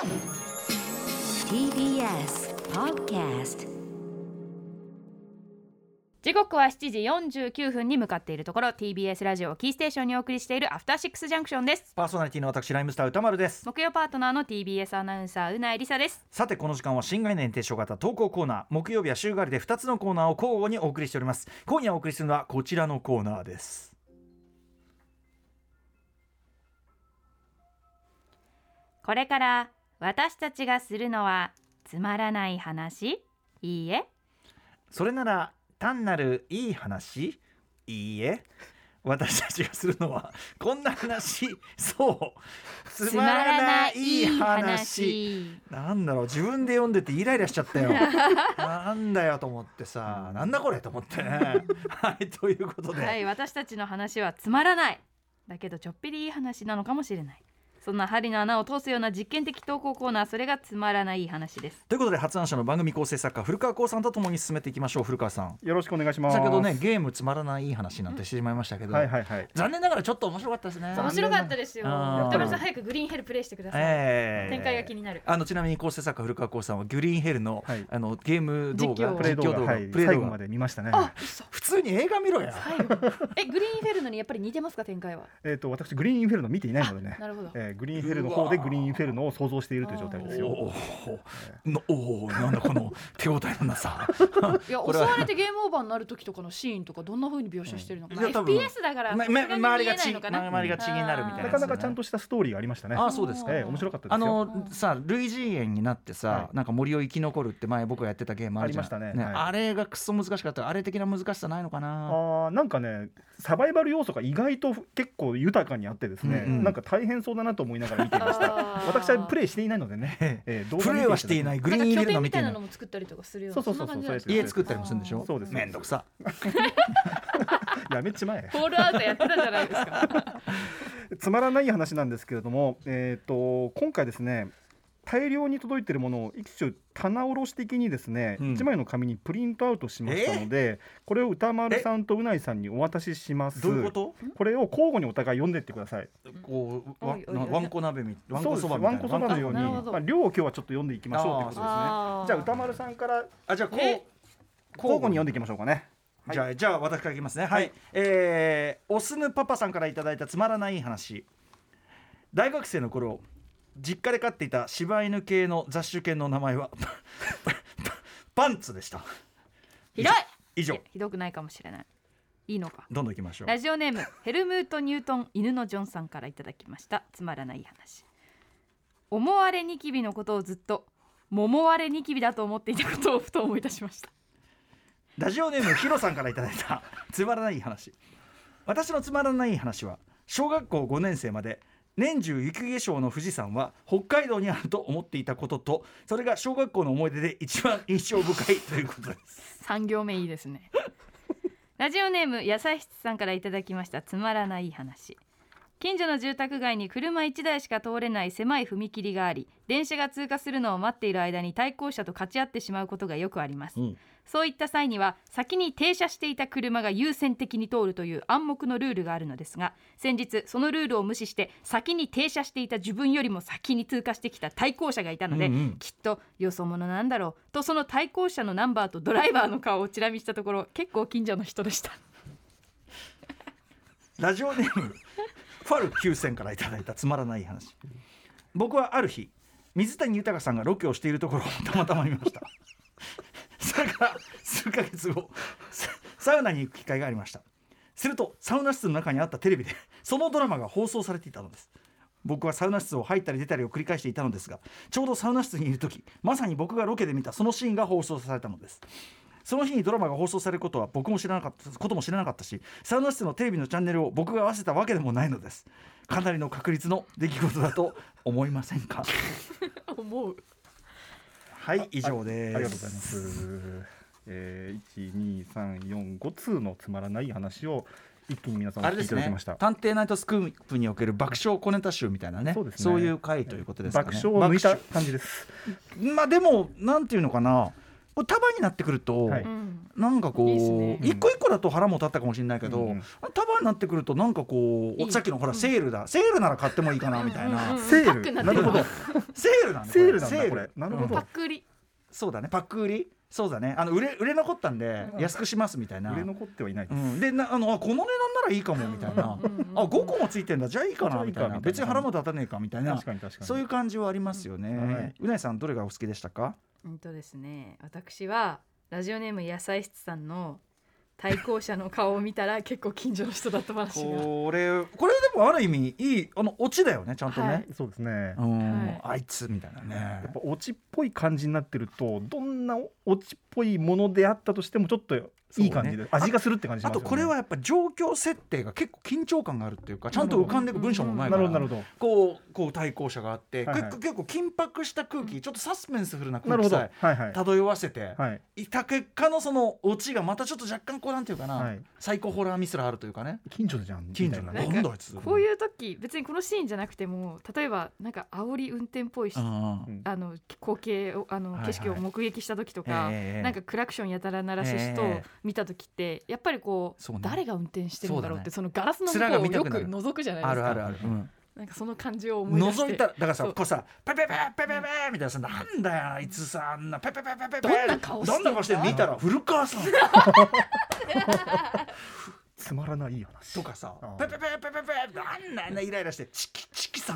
TBS Podcast。 時刻は7時49分に向かっているところ、 TBS ラジオキーステーションにお送りしているアフターシックスジャンクションです。 パーソナリティの私ライムスター歌丸です。 木曜パートナーの TBS アナウンサーうないりさです。 さてこの時間は新概念提唱型投稿コーナー、木曜日は週替わりで2つのコーナーを交互にお送りしております。今夜お送りするのはこちらのコーナーです。 これから私たちがするのはつまらない話？いいえ。 それなら単なるいい話？いいえ。私たちがするのはこんな話。そうつまらない話。なんだろう、自分で読んでてイライラしちゃったよ。なんだよと思ってさ、なんだこれと思ってね。はいということで、 はい、私たちの話はつまらない、だけどちょっぴりいい話なのかもしれない。そんな針の穴を通すような実験的投稿コーナー、それがつまらない話です。 ということで発案者の番組構成作家古川光さんとともに進めていきましょう。古川さんよろしくお願いします。 先ほどねゲームつまらない話なんてしてしまいましたけど、 はいはいはい、 残念ながらちょっと面白かったですね。 面白かったですよ。 あー歌丸さん早くグリーンヘルプレイしてください、展開が気になる。 ちなみに構成作家古川光さんはグリーンヘルの、 はい、 ゲーム動画プレイ動画、はい、最後まで見ましたね。 普通に映画見ろや。 グリーンフェルノにやっぱり似てますか、展開は。 私グリーンフェルノ見ていないのでね。 なるほど、 グリーンフェルノの方でグリーンフェルノを想像しているという状態ですよ。 なんだこの手応えのなさ。 いや襲われてゲームオーバーになる時とかのシーンとかどんな風に描写してるのかな、FPS だから周りが血になるみたいな、 なかなかちゃんとしたストーリーがありましたね。 あ、そうですか。 面白かったですよ。 さ類人猿になってさ、 はい、 なんか森を生き残るって前僕がやってたゲームあるじゃん。 ありましたね、はい、 あれがクソ難しかった。あれ的な難しさないのかな。 なんかねサバイバル要素が意外と結構豊かにあってですね、なんか大変そうだなと思いながら見ていました。私はプレイしていないのでね、 プレイはしていない。グリーンヘルの見ていない。 なんか拠点みたいなのも作ったりとかするような。 そう家作ったりもするんでしょ。 そうです。 めんどくさ。 やめちまえ。 ホールアウトやってたじゃないですか。 つまらない話なんですけれども、今回ですね大量に届いているものを一種棚卸し的にですね、1枚の紙にプリントアウトしましたので、これを歌丸さんとうないさんにお渡しします。 どういうこと？ これを交互にお互い読んでいってください。 こうわんこ鍋みたいな、わんこそばみたいな。 わんこそばのように、量を今日はちょっと読んでいきましょうということですね。じゃあ歌丸さんからじゃあ交互に読んでいきましょうかね。 じゃあ私からいきますね。はい、おすぬパパさんからいただいたつまらない話。大学生の頃実家で飼っていた柴犬系の雑種犬の名前はパンツでした。 ひどい。 以上。 ひどくないかもしれない。いいのか。 どんどんいきましょう。 ラジオネームヘルムート・ニュートン犬のジョンさんからいただきましたつまらない話。思われニキビのことをずっと桃割れニキビだと思っていたことをふと思い出しました。 ラジオネームヒロさんからいただいたつまらない話。私のつまらない話は小学校5年生まで年中雪化粧の富士山は北海道にあると思っていたことと、それが小学校の思い出で一番印象深いということです。 3行目いいですね。ラジオネームやさひつさんからいただきましたつまらない話。近所の住宅街に車1台しか通れない狭い踏切があり、電車が通過するのを待っている間に対向車と勝ち合ってしまうことがよくあります、そういった際には先に停車していた車が優先的に通るという暗黙のルールがあるのですが、先日そのルールを無視して先に停車していた自分よりも先に通過してきた対向車がいたので、きっとよそ者なんだろうとその対向車のナンバーとドライバーの顔をチラ見したところ、結構近所の人でした。 ラジオネームファル9000からいただいたつまらない話。僕はある日水谷豊さんがロケをしているところをたまたま見ました。それから数ヶ月後サウナに行く機会がありました。するとサウナ室の中にあったテレビでそのドラマが放送されていたのです。僕はサウナ室を入ったり出たりを繰り返していたのですが、ちょうどサウナ室にいる時、まさに僕がロケで見たそのシーンが放送されたのです。その日にドラマが放送されることは僕も知らなかったし、サウナ室のテレビのチャンネルを僕が合わせたわけでもないのです。かなりの確率の出来事だと思いませんか？ 思う。 はい、以上です。 ありがとうございます。1,2,3,4,5通のつまらない話を一気に皆さんお聞きいただきました。 探偵ナイトスクープにおける爆笑小ネタ集みたいなね、そういう回ということですかね。 爆笑を抜いた感じです。 まあでもなんていうのかな、 これ束になってくると、 はいなんかこういいっすね一個一個だと腹も立ったかもしれないけど、 うん束になってくるとなんかこういいさっきのほらセールだ、セールなら買ってもいいかなみたいな、 セールパックになってるなるほどセールなんだセールなんだセールこれなるほどパック売りそうだねパック売りそうだね売れ残ったんで安くしますみたいな、 売れ残ってはいないです、 でこの値段ならいいかもみたいな5個もついてんだじゃあいいかなみたいな、別に腹も立たねえかみたいな、 確かに確かにそういう感じはありますよね。うなえさんどれがお好きでしたか？ ですね、私はラジオネーム野菜室さんの対向車の顔を見たら結構近所の人だった話がこれでもある意味いいオチだよねちゃんとね、 はいそうですね、 はいあいつみたいなねやっぱオチっぽい感じになってるとどんなオチっぽいものであったとしてもちょっといい感じで、 そうね味がするって感じしあますよね。 とこれはやっぱ状況設定が結構緊張感があるっていうかちゃんと浮かんでいく文章もないから、 なるほどこう対向車があって、 はいはい結構緊迫した空気、ちょっとサスペンスフルななるほど、 空気さはいはいえ漂わせて、 はいいた結果のそのオチがまたちょっと若干こうなんていうかな、 はいサイコホラーミスラーあるというかね、 近所じゃんみたい近所なななんだあいつこういう時別にこのシーンじゃなくても例えばなんか煽り運転っぽいしうん光景をはい景色を目撃した時とか、なんかクラクションやたら鳴らす人を見た時ってやっぱりこうそうね誰が運転してるんだろうってそうそのガラスの向面がこうをよく見たくなる覗くじゃないですか。 あるあるある、 なんかその感じを思い出して覗いたらだからさそうこうさペペペペペペみたいなさなんだよあいつさあんなペペペペペペどんな顔してんだどんな顔して見たら古川さんつまらない話とかさあーペペペペペペなんだよねイライラしてチキさん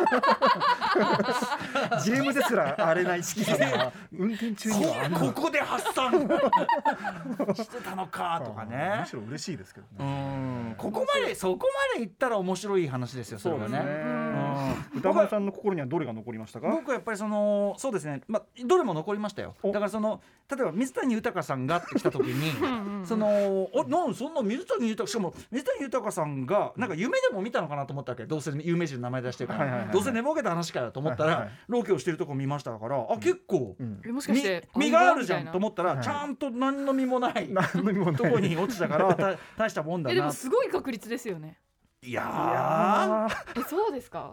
ゲームですら荒れない式さんが運転中にはあんなここで発散してたのかとかねむしろ嬉しいですけどうね。 んそこまでいったら面白い話ですよそれはね。 歌丸さんの心にはどれが残りましたか？ 僕はやっぱりそうですね、どれも残りましたよ。 おだから例えば水谷豊さんがって来た時にそんな水谷豊しかも水谷豊さんがなんか夢でも見たのかなと思ったわけどうせ有名人の名前出してるから、どうせ寝ぼけた話かよと思ったら、 はいはいはいロケをしてるとこ見ましたから結構、 もしかして身があるじゃんと思ったら、 はいちゃんと何の身もない何の意味もないとこに落ちたから大したもんだな。 でもすごい確率ですよね。 いやいやそうですか。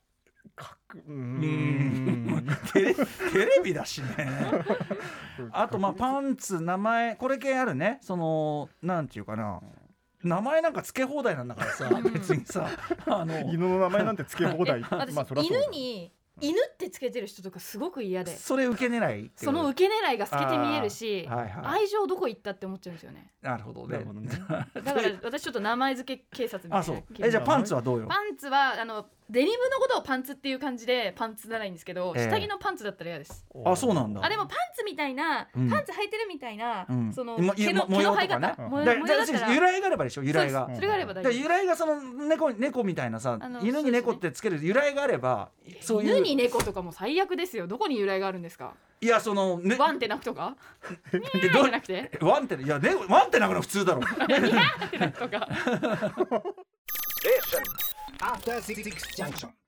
テレビだしねあとパンツ名前これ系あるねなんていうかな名前なんか付け放題なんだからさ別にさ犬の名前なんて付け放題私、 そりゃそうだ犬に犬ってつけてる人とかすごく嫌でそれ受け狙いっていうその受け狙いが透けて見えるし、 はいはい愛情どこ行ったって思っちゃうんですよね。 なるほどねだから私ちょっと名前付け警察みたいなそう気分じゃあパンツはどうよ。 パンツはデニムのことをパンツっていう感じでパンツならいいんですけど、下着のパンツだったら嫌です。 そうなんだ。 でもパンツみたいな、 うんパンツ履いてるみたいな、その模毛の生え様とかね方、模様だったら由来があればでしょ由来がそうですそれがあれば大丈夫。 由来がその猫みたいなさ犬に猫ってつける由来があればそういう犬に猫とかも最悪ですよ。どこに由来があるんですか。 いやワンって鳴くとかどじゃなくてワンっていやワンって鳴くの普通だろって鳴くとか After 66 junction.